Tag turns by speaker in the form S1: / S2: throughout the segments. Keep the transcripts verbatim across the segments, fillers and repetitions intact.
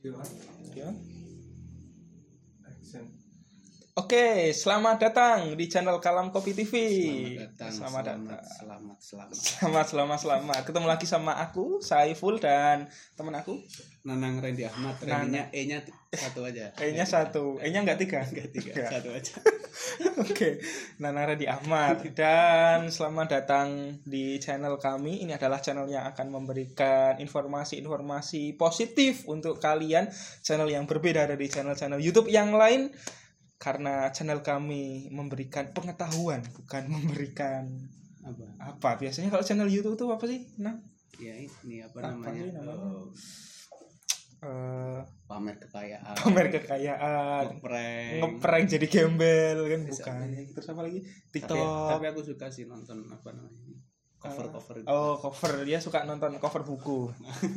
S1: Ya. Oke, selamat datang di channel Kalam Kopi T V.
S2: Selamat datang.
S1: Selamat datang.
S2: Selamat, selamat,
S1: selamat, selamat, selamat. Ketemu lagi sama aku, Saiful, dan teman aku,
S2: Nanang Randy Ahmad. Randy-nya E-nya satu aja.
S1: E-nya satu, E-nya enggak tiga,
S2: enggak tiga,
S1: Enggak.
S2: satu aja.
S1: Oke, Nanang Randy Ahmad, dan selamat datang di channel kami. Ini adalah channel yang akan memberikan informasi-informasi positif untuk kalian. Channel yang berbeda dari channel-channel YouTube yang lain. Karena channel kami memberikan pengetahuan, bukan memberikan
S2: Apa?
S1: apa. Biasanya kalau channel YouTube itu apa sih? Nah,
S2: Ya ini apa,
S1: apa
S2: namanya?
S1: sih namanya?
S2: Oh,
S1: Uh,
S2: pamer kekayaan.
S1: pamer kekayaan,
S2: Ngeprank.
S1: ngeprank jadi gembel kan,
S2: Bisa
S1: bukan.
S2: aja.
S1: Terus apa lagi?
S2: Tapi,
S1: TikTok.
S2: tapi aku suka sih nonton apa namanya ini. Cover-cover itu.
S1: Oh, cover. Dia suka nonton cover buku.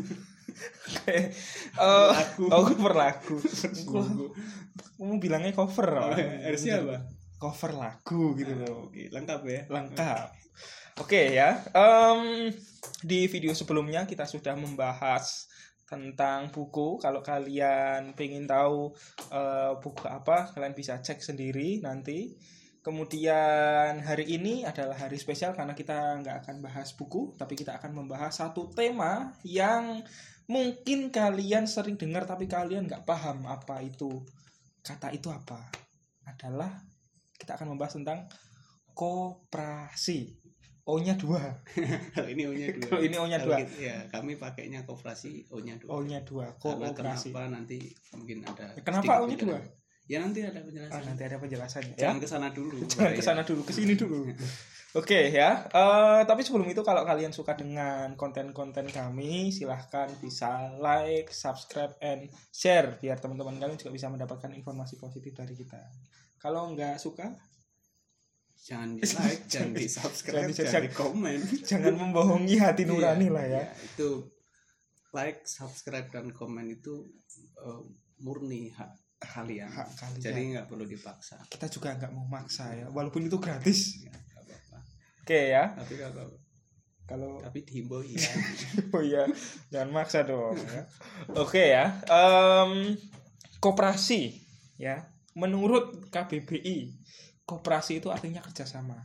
S1: Oke. Uh,
S2: Lagu.
S1: oh, cover lagu.
S2: Buku.
S1: Kamu bilangnya cover.
S2: Oh,
S1: oh.
S2: harusnya apa?
S1: Cover lagu gitu
S2: Ah,
S1: loh.
S2: Oke, lengkap ya.
S1: Lengkap. Oke ya. Um, di video sebelumnya kita sudah membahas tentang buku. Kalau kalian pengen tahu uh, buku apa, kalian bisa cek sendiri nanti. Kemudian hari ini adalah hari spesial karena kita nggak akan bahas buku, tapi kita akan membahas satu tema yang mungkin kalian sering dengar tapi kalian nggak paham apa itu. Kata itu apa? Adalah kita akan membahas tentang koperasi. O-nya dua.
S2: Kalau ini O-nya dua.
S1: Kalau ini O-nya
S2: Kalau
S1: dua.
S2: gitu, ya, kami pakainya koperasi O-nya dua.
S1: O-nya dua.
S2: Karena
S1: Kooperasi.
S2: kenapa nanti mungkin ada.
S1: Kenapa
S2: sedikit
S1: O-nya dua?
S2: penjelasan. Ya nanti ada penjelasan.
S1: Ah, nanti ada penjelasannya.
S2: Jangan
S1: Ya?
S2: ke sana dulu.
S1: Jangan ke sana dulu, ke sini dulu. Oke ya. Uh, tapi sebelum itu kalau kalian suka dengan konten-konten kami, silahkan bisa like, subscribe, and share biar teman-teman kalian juga bisa mendapatkan informasi positif dari kita. Kalau nggak suka,
S2: Jangan di like, jangan di subscribe,
S1: Jangan di-
S2: jangan di komen.
S1: jangan membohongi hati nurani
S2: Iya,
S1: lah ya.
S2: iya, itu like, subscribe dan komen itu uh, murni hak kalian.
S1: Hak kalian.
S2: Jadi nggak perlu dipaksa.
S1: Kita juga nggak mau maksa ya, walaupun itu gratis.
S2: Ya, nggak apa-apa.
S1: Oke ya.
S2: Tapi kalau
S1: Kalau
S2: tapi dihimbau iya.
S1: oh iya, jangan maksa dong ya. Oke ya. Em, koperasi ya. Menurut K B B I, koperasi itu artinya kerjasama.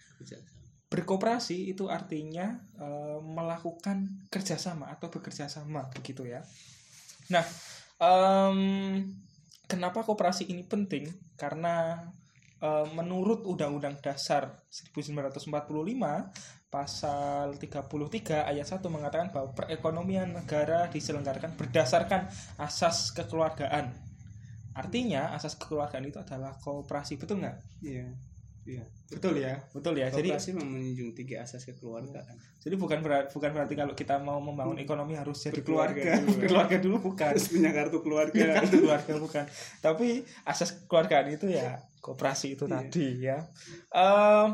S1: Berkoperasi itu artinya e, melakukan kerjasama atau bekerja sama begitu ya. Nah, em, kenapa koperasi ini penting? Karena e, menurut Undang-Undang Dasar seribu sembilan ratus empat puluh lima pasal tiga puluh tiga ayat satu mengatakan bahwa perekonomian negara diselenggarakan berdasarkan asas kekeluargaan. Artinya asas kekeluargaan itu adalah koperasi, betul nggak?
S2: Iya. Iya.
S1: Betul ya, betul ya. Jadi
S2: Koperasi menjunjung tinggi asas kekeluargaan.
S1: Jadi bukan berarti, bukan berarti kalau kita mau membangun ekonomi harus jadi
S2: Berkeluarga
S1: keluarga,
S2: dulu, ya.
S1: berkeluarga dulu bukan.
S2: Harus punya kartu keluarga.
S1: Kartu keluarga bukan. Tapi asas kekeluargaan itu ya koperasi itu
S2: Iya.
S1: tadi ya. Um,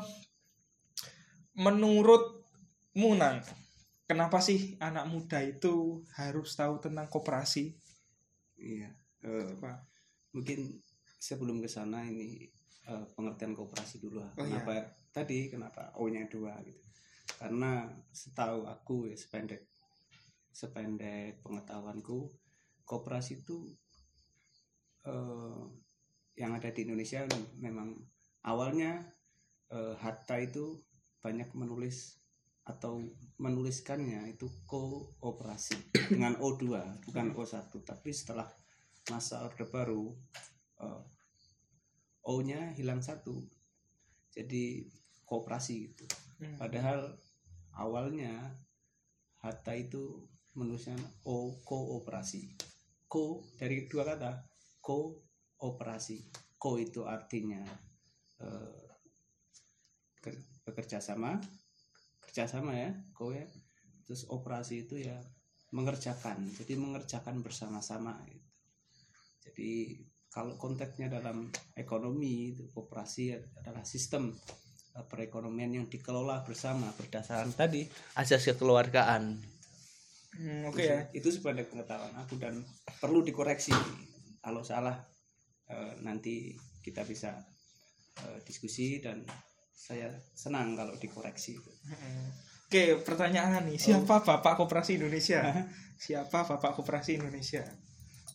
S1: menurutmu Nang, kenapa sih anak muda itu harus tahu tentang koperasi?
S2: Iya. Eh,
S1: Apa?
S2: mungkin sebelum ke sana ini eh, pengertian koperasi dulu lah.
S1: Oh, iya.
S2: Kenapa tadi kenapa O-nya dua gitu? Karena setahu aku ya, sependek sependek pengetahuanku, koperasi itu eh, yang ada di Indonesia memang awalnya eh, Hatta itu banyak menulis atau menuliskannya itu kooperasi dengan O dua bukan O satu, tapi setelah masa Orde Baru uh, O-nya hilang satu jadi kooperasi gitu.
S1: Hmm.
S2: Padahal awalnya Hatta itu menulisnya O kooperasi. Ko dari dua kata kooperasi. Ko itu artinya uh, bekerja sama, kerjasama ya, ko ya. Terus operasi itu ya mengerjakan. Jadi mengerjakan bersama-sama gitu. Jadi kalau konteksnya dalam ekonomi itu koperasi adalah sistem uh, perekonomian yang dikelola bersama berdasarkan tadi asas kekeluargaan.
S1: Hmm, Oke okay, ya.
S2: Itu sependek pengetahuan aku dan perlu dikoreksi kalau salah. Uh, nanti kita bisa uh, diskusi dan saya senang kalau dikoreksi.
S1: Oke, pertanyaan nih, siapa oh. Bapak Koperasi Indonesia? Siapa Bapak Koperasi Indonesia?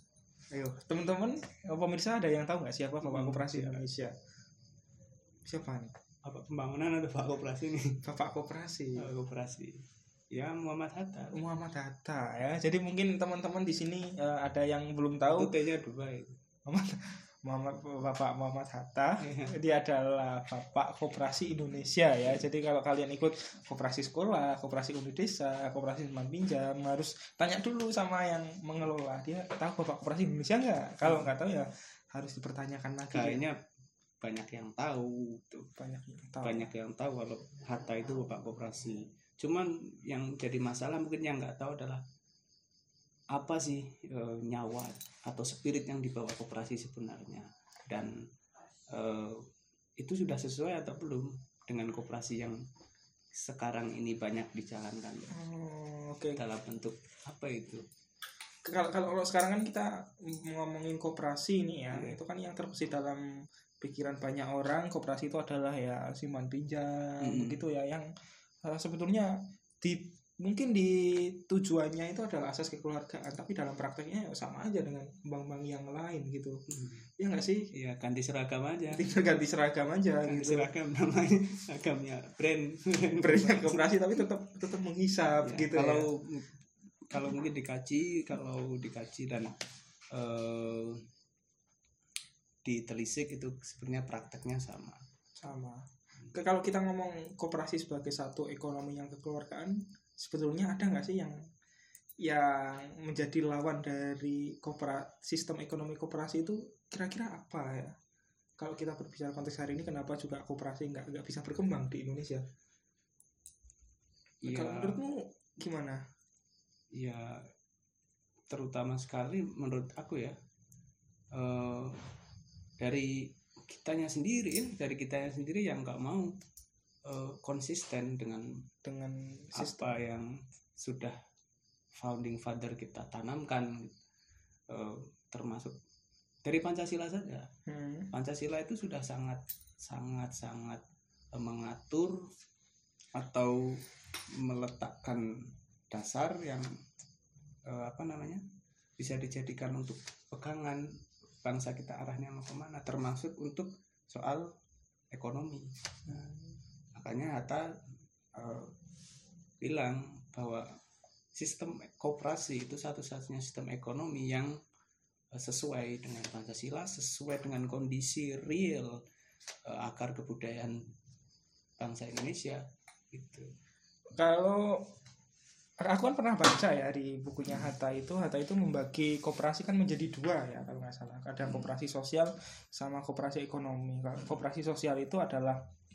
S1: Ayo, teman-teman, eh, pemirsa ada yang tahu nggak siapa Bapak
S2: Hmm,
S1: Koperasi
S2: siapa?
S1: Indonesia? Siapa nih?
S2: Apa pembangunan atau Pak Koperasi nih?
S1: Bapak Koperasi.
S2: Pak Koperasi. Ya Muhammad Hatta.
S1: Muhammad Hatta ya. Jadi mungkin teman-teman di sini eh, ada yang belum tahu
S2: Itu T-nya dua itu.
S1: Muhammad Muhammad Bapak Muhammad Hatta, dia adalah Bapak Koperasi Indonesia ya. Jadi kalau kalian ikut koperasi sekolah, koperasi unit desa, koperasi teman pinjam, harus tanya dulu sama yang mengelola. Dia tahu Bapak Koperasi Indonesia nggak? Kalau nggak tahu ya harus dipertanyakan lagi.
S2: Kayaknya banyak yang tahu tuh.
S1: Banyak yang tahu.
S2: Banyak yang tahu kalau Hatta itu Bapak Koperasi. Cuman yang jadi masalah mungkin yang nggak tahu adalah apa sih e, nyawa atau spirit yang dibawa koperasi sebenarnya, dan e, itu sudah sesuai atau belum dengan koperasi yang sekarang ini banyak dijalankan.
S1: Oh, oke. Okay.
S2: Dalam bentuk apa itu?
S1: Kalau kalau sekarang kan kita ngomongin koperasi ini ya,
S2: hmm.
S1: itu kan yang terbesit dalam pikiran banyak orang, koperasi itu adalah ya simpan pinjam hmm. begitu ya, yang uh, sebetulnya di mungkin di tujuannya itu adalah asas kekeluargaan, tapi dalam prakteknya ya sama aja dengan bank-bank yang lain gitu. Hmm. Ya nggak sih?
S2: Iya, ganti seragam aja.
S1: Tinggal ganti seragam aja
S2: ganti
S1: gitu.
S2: Seragam namanya seragamnya brand.
S1: Brandnya koperasi tapi tetap tetap menghisap ya, gitu.
S2: Kalau
S1: ya.
S2: Kalau mungkin dikaji, kalau dikaji dan uh, ditelisik itu sebenarnya prakteknya sama.
S1: Sama. Hmm. Kalau kita ngomong koperasi sebagai satu ekonomi yang kekeluargaan, sebetulnya ada nggak sih yang yang menjadi lawan dari kopera, sistem ekonomi koperasi itu kira-kira apa ya? Kalau kita berbicara konteks hari ini, kenapa juga koperasi nggak nggak bisa berkembang di Indonesia? Ya, kalau menurutmu gimana?
S2: Ya terutama sekali menurut aku ya uh, dari kitanya sendiri, dari kitanya sendiri yang nggak mau uh, konsisten dengan
S1: dengan
S2: sistem apa yang sudah founding father kita tanamkan, uh, termasuk dari Pancasila saja. Hmm. Pancasila itu sudah sangat sangat sangat uh, mengatur atau meletakkan dasar yang eh, apa namanya bisa dijadikan untuk pegangan bangsa kita arahnya mau kemana, termasuk untuk soal ekonomi. Nah, makanya Hatta eh, bilang bahwa sistem koperasi itu satu-satunya sistem ekonomi yang eh, sesuai dengan Pancasila, sesuai dengan kondisi real eh, akar kebudayaan bangsa Indonesia itu.
S1: Kalau aku kan pernah baca ya di bukunya Hatta itu, Hatta itu membagi koperasi kan menjadi dua ya kalau nggak salah. Ada koperasi sosial sama koperasi ekonomi. Koperasi sosial itu adalah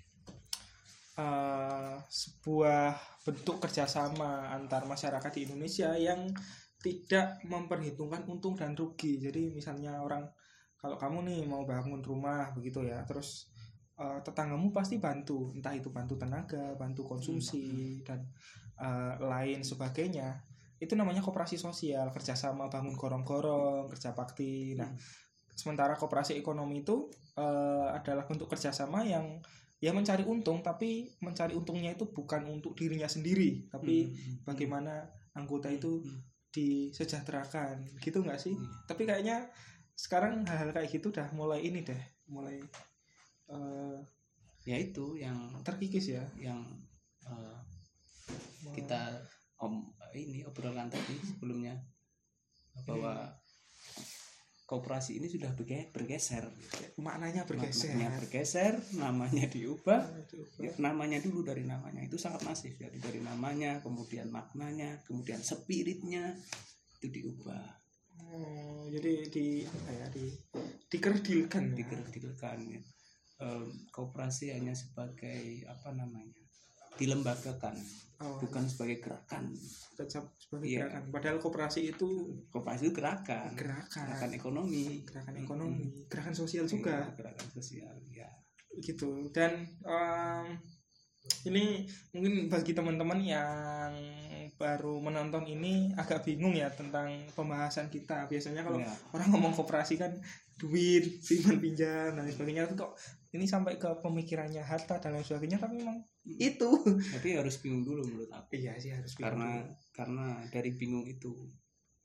S1: uh, sebuah bentuk kerjasama antar masyarakat di Indonesia yang tidak memperhitungkan untung dan rugi. Jadi misalnya orang, kalau kamu nih mau bangun rumah begitu ya, terus uh, tetanggamu pasti bantu, entah itu bantu tenaga, bantu konsumsi dan Uh, lain sebagainya. Itu namanya koperasi sosial, kerjasama, bangun gorong-gorong, kerja bakti. Nah, sementara koperasi ekonomi itu uh, adalah bentuk kerjasama yang ya mencari untung, tapi mencari untungnya itu bukan untuk dirinya sendiri, tapi hmm. bagaimana anggota itu disejahterakan, gitu nggak sih? Hmm. Tapi kayaknya sekarang hal-hal kayak gitu udah mulai ini deh, mulai uh,
S2: ya itu yang
S1: terkikis ya,
S2: yang uh, kita om ini obrolan tadi sebelumnya bahwa hmm. koperasi ini sudah bergeser,
S1: maknanya bergeser,
S2: maknanya bergeser, namanya diubah, ya, namanya dulu dari namanya itu sangat masif ya, dari namanya, kemudian maknanya, kemudian spiritnya itu diubah.
S1: Oh, jadi di apa ya, di dikerdilkan, ya?
S2: dikerdilkan. Ya. Um, koperasi hanya sebagai apa namanya? dilembagakan, oh, bukan sebagai gerakan.
S1: Tetap sebagai yeah. gerakan. Padahal koperasi itu
S2: koperasi itu gerakan,
S1: gerakan,
S2: gerakan ekonomi,
S1: gerakan ekonomi, hmm. gerakan sosial juga.
S2: Yeah, gerakan sosial, ya.
S1: Gitu. Dan um, ini mungkin bagi teman-teman yang baru menonton ini agak bingung ya tentang pembahasan kita. Biasanya kalau yeah. orang ngomong koperasi kan duit, simpan pinjam dan sebagainya, kok ini sampai ke pemikirannya Hatta dan lain sebagainya, tapi memang hmm. itu.
S2: Tapi harus bingung dulu menurut aku.
S1: Iya sih harus bingung.
S2: Karena
S1: dulu.
S2: karena dari bingung itu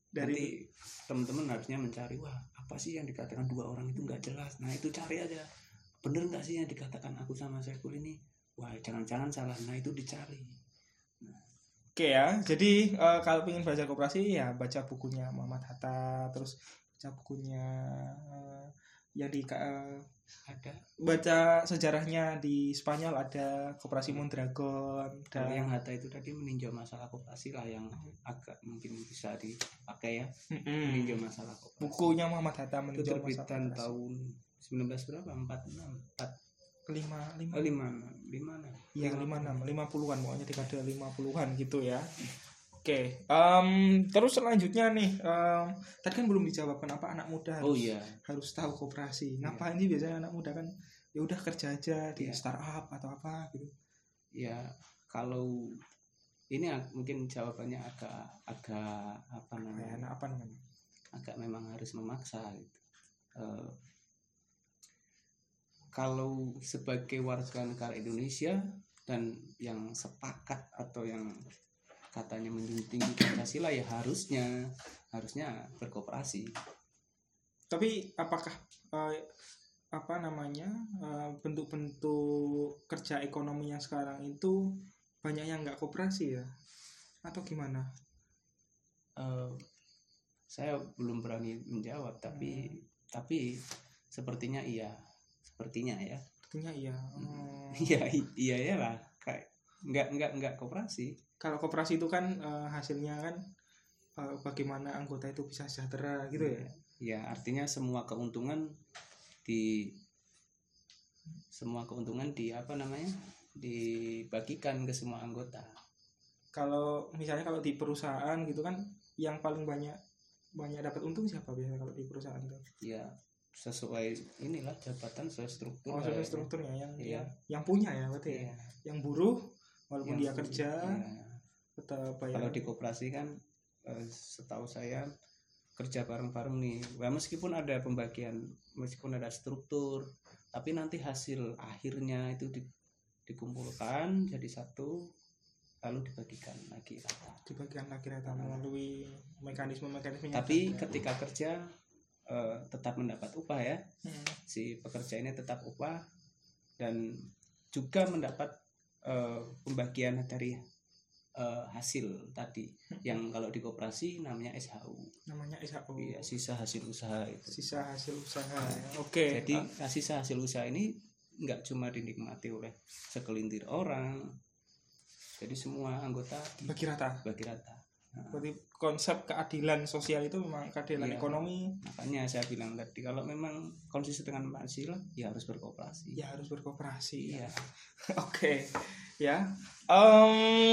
S1: Dari
S2: nanti teman-teman harusnya mencari, wah apa sih yang dikatakan dua orang itu nggak jelas. Nah itu cari aja, bener nggak sih yang dikatakan aku sama Saiful ini, wah jangan-jangan salah. Nah itu dicari. Nah,
S1: oke ya, jadi uh, kalau ingin belajar koperasi ya baca bukunya Muhammad Hatta, terus baca bukunya uh, yang di uh,
S2: ada
S1: baca sejarahnya di Spanyol, ada Koperasi Mondragon.
S2: Kalau yang Hatta itu tadi meninjau masalah koperasi lah yang agak mungkin bisa dipakai ya.
S1: Mm-mm.
S2: Meninjau masalah koperasi.
S1: Bukunya Muhammad Hatta
S2: Itu
S1: meninjau masalah
S2: terbitan
S1: koperasi.
S2: tahun sembilan belas berapa? empat puluh enam, empat
S1: lima lima
S2: oh, lima lima enam.
S1: Iya, lima enam, lima puluhan pokoknya dekade lima puluhan gitu ya. Oke, um, terus selanjutnya nih, um, tadi kan belum dijawab kenapa anak muda harus
S2: Oh iya.
S1: harus tahu koperasi.
S2: Iya.
S1: Ngapain sih biasanya anak muda kan ya udah kerja aja di
S2: Iya.
S1: startup atau apa gitu.
S2: Ya kalau ini ag- mungkin jawabannya agak agak apa
S1: Ya,
S2: namanya?
S1: anak apa namanya?
S2: Agak memang harus memaksa gitu. Eh, kalau sebagai warga negara Indonesia dan yang sepakat atau yang katanya menjunjung tinggi Pancasila, ya harusnya harusnya berkooperasi.
S1: Tapi apakah eh, apa namanya eh, bentuk-bentuk kerja ekonomi yang sekarang itu banyak yang nggak koperasi ya? Atau gimana?
S2: Eh, saya belum berani menjawab, tapi tapi sepertinya iya, sepertinya ya.
S1: Sepertinya iya. Oh.
S2: Iya i- iya ya lah, kayak nggak nggak nggak kooperasi.
S1: Kalau koperasi itu kan eh, hasilnya kan eh, bagaimana anggota itu bisa sejahtera gitu ya.
S2: Ya artinya semua keuntungan di semua keuntungan di apa namanya dibagikan ke semua anggota.
S1: Kalau misalnya kalau di perusahaan gitu kan yang paling banyak banyak dapat untung siapa biasanya kalau di perusahaan tuh?
S2: Ya sesuai inilah jabatan, sesuai struktur.
S1: Oh, sesuai
S2: kayaknya.
S1: strukturnya yang
S2: Iya.
S1: yang, yang punya ya berarti ya.
S2: Iya.
S1: Yang buruh walaupun
S2: Yang
S1: dia
S2: punya,
S1: kerja
S2: iya.
S1: tetap bayar.
S2: Kalau di koperasi kan eh, setahu saya kerja bareng-bareng nih. Wah, meskipun ada pembagian, meskipun ada struktur, tapi nanti hasil akhirnya itu di, dikumpulkan jadi satu, lalu dibagikan lagi rata.
S1: dibagikan lagi rata melalui mekanisme-mekanisme.
S2: Tapi ketika kerja eh, tetap mendapat upah ya.
S1: Hmm.
S2: Si pekerja ini tetap upah dan juga mendapat eh, pembagian dari eh, hasil tadi yang kalau di koperasi namanya S H U.
S1: Namanya S H U.
S2: Iya, sisa hasil usaha itu.
S1: Sisa hasil usaha. Oke.
S2: Jadi uh, sisa hasil usaha ini nggak cuma dinikmati oleh segelintir orang, jadi semua anggota
S1: bagi rata.
S2: bagi rata. Nah,
S1: Berarti konsep keadilan sosial itu memang keadilan
S2: Iya.
S1: ekonomi.
S2: makanya saya bilang tadi kalau memang konsisten dengan Pancasila ya harus berkooperasi.
S1: Ya harus berkooperasi.
S2: Iya.
S1: Oke, ya. Em,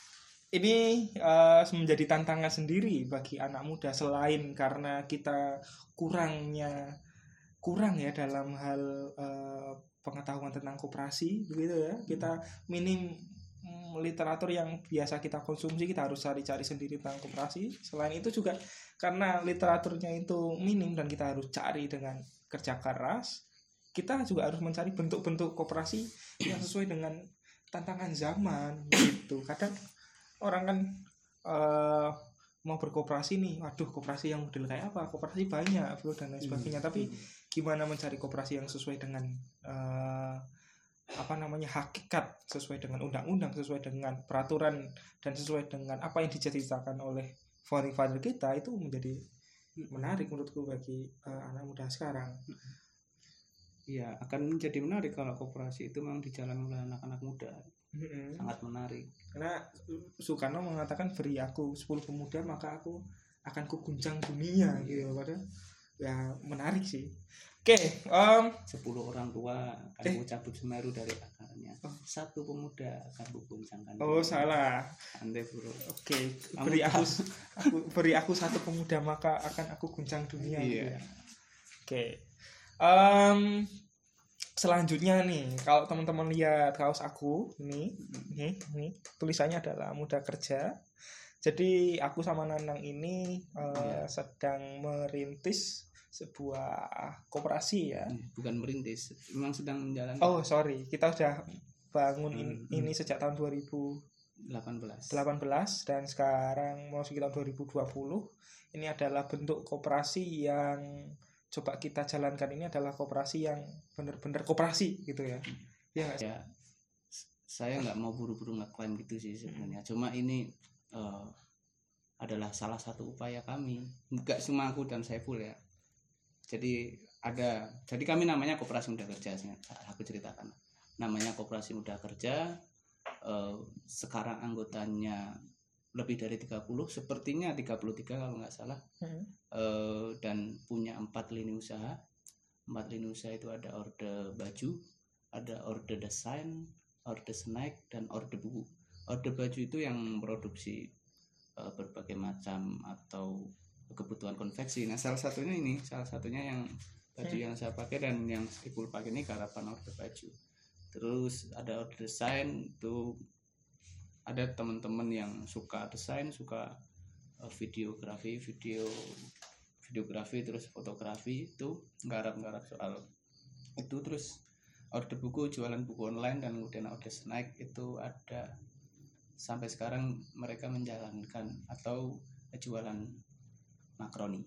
S1: ini eh, menjadi tantangan sendiri bagi anak muda selain karena kita kurangnya kurang ya dalam hal eh, pengetahuan tentang koperasi begitu ya. Kita minim mm, literatur yang biasa kita konsumsi, kita harus cari-cari sendiri tentang koperasi. Selain itu juga karena literaturnya itu minim dan kita harus cari dengan kerja keras, kita juga harus mencari bentuk-bentuk koperasi yang sesuai dengan tantangan zaman gitu. Kadang orang kan uh, mau berkooperasi nih, waduh koperasi yang model kayak apa, koperasi banyak bro dan lain sebagainya.
S2: Hmm.
S1: Tapi gimana mencari koperasi yang sesuai dengan uh, apa namanya hakikat, sesuai dengan undang-undang, sesuai dengan peraturan dan sesuai dengan apa yang diceritakan oleh founding father kita, itu menjadi menarik menurutku bagi uh, anak muda sekarang.
S2: Iya, akan menjadi menarik kalau koperasi itu memang dijalankan oleh anak-anak muda.
S1: Mm-hmm.
S2: Sangat menarik.
S1: Karena Soekarno mengatakan beri aku sepuluh pemuda maka aku akan kuguncang dunia gitu. Padahal ya menarik sih. Oke, okay, um,
S2: sepuluh orang tua akan
S1: eh.
S2: cabut Semeru dari akarnya.
S1: Oh.
S2: Satu pemuda akan kuguncangkan.
S1: Oh, salah.
S2: Andai bro.
S1: Oke, okay. beri aku, aku beri aku satu pemuda maka akan aku guncang dunia.
S2: Iya.
S1: Gitu. Oke. Okay. Um, selanjutnya nih, kalau teman-teman lihat kaos aku ini, nih, nih tulisannya adalah muda kerja. Jadi aku sama Nanang ini uh,
S2: ya.
S1: sedang merintis sebuah koperasi ya.
S2: Bukan merintis, memang sedang menjalankan.
S1: Oh sorry, kita sudah bangun
S2: hmm,
S1: in, ini sejak tahun dua ribu
S2: delapan belas
S1: delapan belas dan sekarang mau sekitar dua ribu dua puluh. Ini adalah bentuk koperasi yang coba kita jalankan. Ini adalah koperasi yang benar-benar koperasi gitu ya. Ya,
S2: ya saya nggak mau buru-buru ngeklaim gitu sih sebenarnya. Cuma ini uh, adalah salah satu upaya kami, nggak cuma aku dan Saiful ya. Jadi ada, jadi kami namanya Koperasi Muda Kerja. Aku ceritakan, namanya Koperasi Muda Kerja. Uh, sekarang anggotanya lebih dari tiga puluh, sepertinya tiga puluh tiga kalau nggak salah. hmm. uh, dan punya empat lini usaha. Empat lini usaha itu ada orde baju, ada orde desain, orde snack, dan orde buku. Orde baju itu yang memproduksi uh, berbagai macam atau kebutuhan konveksi. Nah, salah satunya ini, salah satunya yang baju hmm. yang saya pakai dan yang Saiful pakai ini garapan orde baju. Terus ada orde desain, itu ada teman-teman yang suka desain, suka uh, videografi, video videografi, terus fotografi, itu garap-garap soal itu. Terus orde buku, jualan buku online, dan kemudian orde snack itu ada sampai sekarang mereka menjalankan, atau jualan makaroni.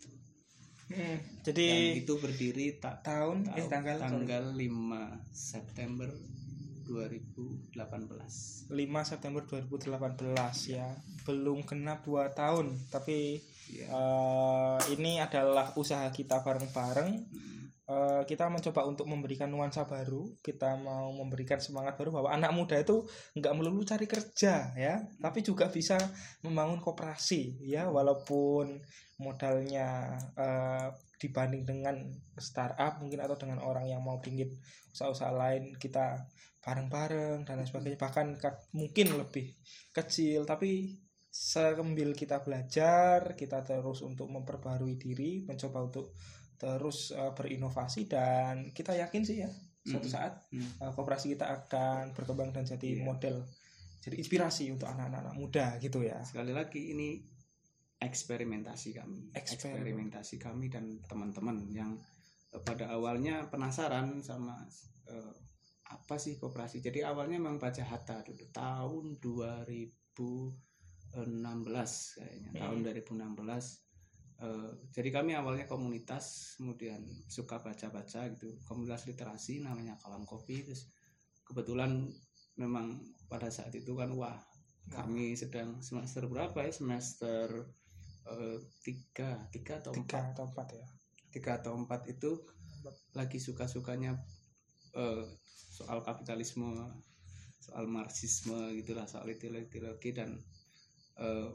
S1: Hmm, jadi
S2: dan itu berdiri tak
S1: tahun
S2: tahun,
S1: eh tanggal
S2: tanggal lima September dua ribu delapan belas.
S1: lima September dua ribu delapan belas ya. Belum genap dua tahun, tapi ya. uh, ini adalah usaha kita bareng-bareng. Hmm. Uh, kita mencoba untuk memberikan nuansa baru. Kita mau memberikan semangat baru bahwa anak muda itu nggak melulu cari kerja ya, tapi juga bisa membangun koperasi ya, walaupun modalnya uh, dibanding dengan startup mungkin atau dengan orang yang mau bikin usaha-usaha lain, kita bareng-bareng dan lain sebagainya, bahkan mungkin lebih kecil, tapi sambil kita belajar, kita terus untuk memperbarui diri, mencoba untuk terus uh, berinovasi, dan kita yakin sih ya suatu saat mm-hmm. uh, koperasi kita akan berkembang dan jadi yeah. model, jadi inspirasi untuk anak-anak muda gitu ya.
S2: Sekali lagi ini eksperimentasi kami, Eksperimen. eksperimentasi kami dan teman-teman yang uh, pada awalnya penasaran sama uh, apa sih koperasi. Jadi awalnya memang baca Hatta dulu tahun dua ribu enam belas kayaknya, hmm. tahun dua ribu enam belas. Uh, jadi kami awalnya komunitas, kemudian suka baca-baca gitu, komunitas literasi namanya Kalam Kopi. Terus kebetulan memang pada saat itu kan wah kami sedang semester berapa ya, semester uh, tiga tiga atau empat
S1: atau empat ya
S2: tiga atau empat itu lagi suka-sukanya uh, soal kapitalisme, soal marxisme gitulah, soal ideologi. Dan uh,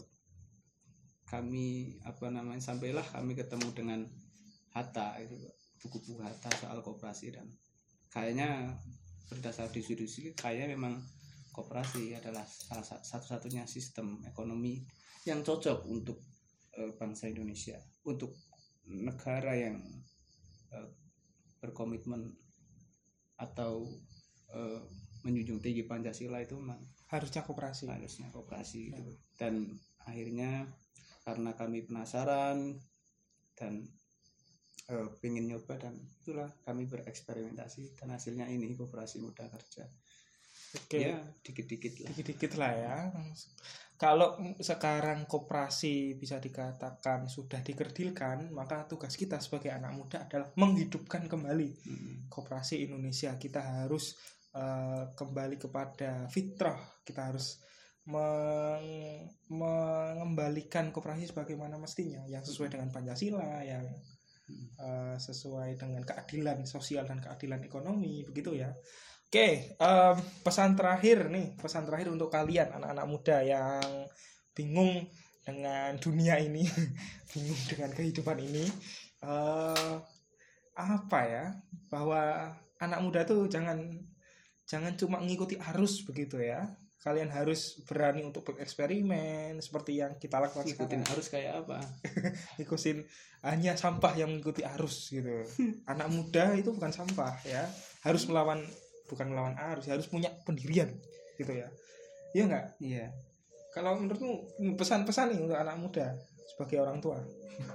S2: kami apa namanya sampailah kami ketemu dengan Hatta, itu buku-buku Hatta soal koperasi, dan kayaknya berdasar diskusi kayaknya memang koperasi adalah salah satu-satunya sistem ekonomi yang cocok untuk uh, bangsa Indonesia, untuk negara yang uh, berkomitmen atau uh, menjunjung tinggi Pancasila. Itu memang
S1: harusnya koperasi
S2: harusnya koperasi gitu. Dan akhirnya karena kami penasaran dan uh, pengen nyoba, dan itulah kami bereksperimentasi, dan hasilnya ini Koperasi Muda Kerja.
S1: Oke,
S2: ya dikit-dikit lah
S1: dikit-dikit lah ya. Kalau sekarang koperasi bisa dikatakan sudah dikerdilkan, maka tugas kita sebagai anak muda adalah menghidupkan kembali hmm. koperasi Indonesia. Kita harus uh, kembali kepada fitrah, kita harus meng- mengembalikan koperasi sebagaimana mestinya, yang sesuai dengan Pancasila, yang uh, sesuai dengan keadilan sosial dan keadilan ekonomi, begitu ya. Oke, um, pesan terakhir nih, pesan terakhir untuk kalian anak-anak muda yang bingung dengan dunia ini, bingung dengan kehidupan ini, uh, apa ya, bahwa anak muda tuh jangan jangan cuma ngikuti arus begitu ya. Kalian harus berani untuk bereksperimen seperti yang kita lakukan
S2: Ikutin
S1: sekarang.
S2: Arus kayak apa?
S1: Ikutin hanya sampah yang mengikuti arus gitu. Anak muda itu bukan sampah ya, harus melawan, bukan melawan arus, harus punya pendirian gitu ya. Iya enggak?
S2: Iya.
S1: Kalau menurutmu pesan-pesan nih untuk anak muda sebagai orang tua?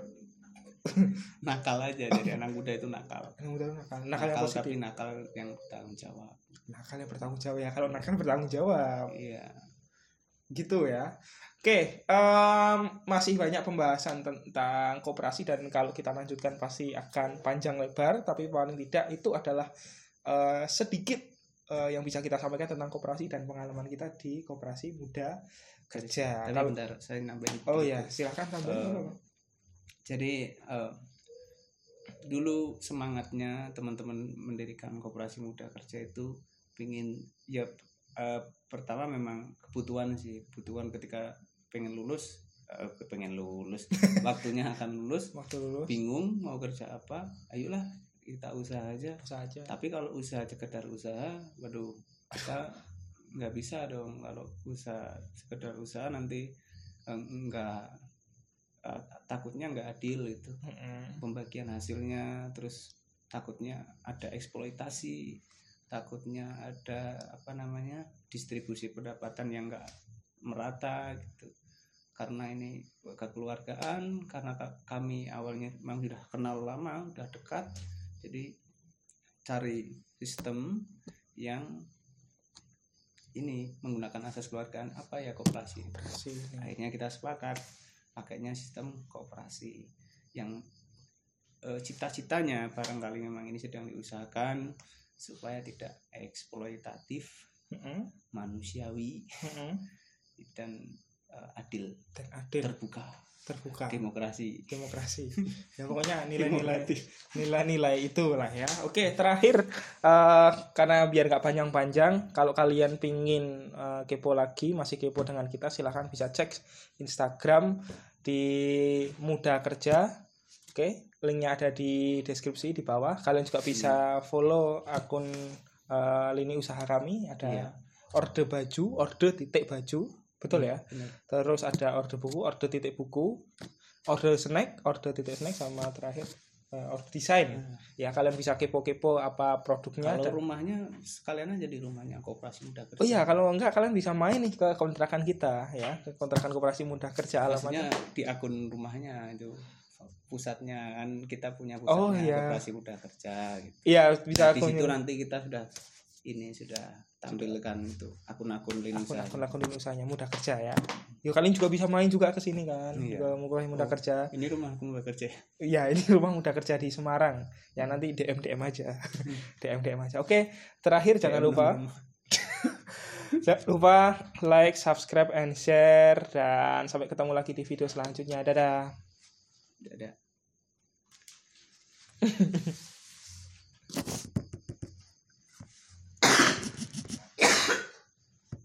S2: Nakal aja, jadi anak muda itu nakal.
S1: Anak muda itu nakal. Nakal,
S2: nakal
S1: yang positif.
S2: Tapi nakal yang bertanggung jawab.
S1: Nakal yang bertanggung jawab ya. Kalau nakal bertanggung jawab.
S2: Iya.
S1: Gitu ya. Oke, em, masih banyak pembahasan tentang koperasi dan kalau kita lanjutkan pasti akan panjang lebar, tapi paling tidak itu adalah eh, sedikit eh, yang bisa kita sampaikan tentang koperasi dan pengalaman kita di koperasi muda kerja.
S2: Tapi
S1: Kalau
S2: bentar, saya nambahin
S1: oh
S2: dikit
S1: ya,
S2: ya.
S1: silakan tambahin.
S2: Eh, jadi eh, dulu semangatnya teman-teman mendirikan koperasi muda kerja itu pingin ya eh, pertama memang kebutuhan sih, kebutuhan ketika pengen lulus eh, pengen lulus waktunya akan lulus,
S1: Waktu lulus
S2: bingung mau kerja apa, ayolah kita usaha aja.
S1: usaha aja.
S2: Tapi kalau usaha sekedar usaha, waduh kita nggak bisa dong. Kalau usaha sekedar usaha nanti eh, nggak eh, takutnya nggak adil itu
S1: Mm-mm.
S2: pembagian hasilnya, terus takutnya ada eksploitasi, takutnya ada apa namanya distribusi pendapatan yang nggak merata gitu. Karena ini kekeluargaan, karena ka- kami awalnya memang sudah kenal lama, sudah dekat, jadi cari sistem yang ini menggunakan asas keluargaan, apa ya koperasi.
S1: Koperasi.
S2: Akhirnya kita sepakat pakainya sistem koperasi yang eh, cita-citanya barangkali memang ini sedang diusahakan supaya tidak eksploitatif,
S1: Mm-mm.
S2: manusiawi,
S1: Mm-mm.
S2: dan eh, adil,
S1: Dan adil,
S2: terbuka,
S1: terbuka,
S2: demokrasi.
S1: demokrasi. Ya pokoknya nilai-nilai nilai-nilai itulah ya. Oke, terakhir eh, karena biar nggak panjang-panjang, kalau kalian pingin eh, kepo lagi, masih kepo dengan kita, silahkan bisa cek Instagram di Muda Kerja. Oke, linknya ada di deskripsi di bawah. Kalian juga bisa follow akun eh, lini usaha kami. Ada
S2: Iya.
S1: orde baju, orde titik baju, betul ya.
S2: Benar.
S1: Terus ada orde buku, orde titik buku, orde snack, orde titik snack, sama terakhir uh, orde desain.
S2: Nah,
S1: Ya kalian bisa kepo-kepo apa produknya.
S2: kalau
S1: dan-
S2: rumahnya sekalian aja di rumahnya koperasi muda kerja.
S1: Oh iya, kalau enggak kalian bisa main nih ke kontrakan kita ya, ke kontrakan koperasi muda kerja
S2: maksudnya
S1: alamatnya.
S2: di akun rumahnya itu pusatnya kan kita punya pusatnya
S1: Oh, iya.
S2: koperasi muda kerja gitu.
S1: Iya, bisa
S2: Nah, di situ
S1: akun
S2: nanti kita sudah ini sudah tampilkan itu akun-akun lini usaha.
S1: akun-akun lini usahanya muda kerja ya. Yuk kalian juga bisa main juga ke sini kan,
S2: Iya.
S1: ke Koperasi muda
S2: Oh.
S1: kerja.
S2: Ini rumah aku muda kerja.
S1: Iya, ini rumah muda kerja di Semarang. Ya nanti D M D M aja. D M D M aja. Oke, terakhir jangan lupa jangan lupa like, subscribe, and share, dan sampai ketemu lagi di video selanjutnya. Dadah.
S2: Dadah.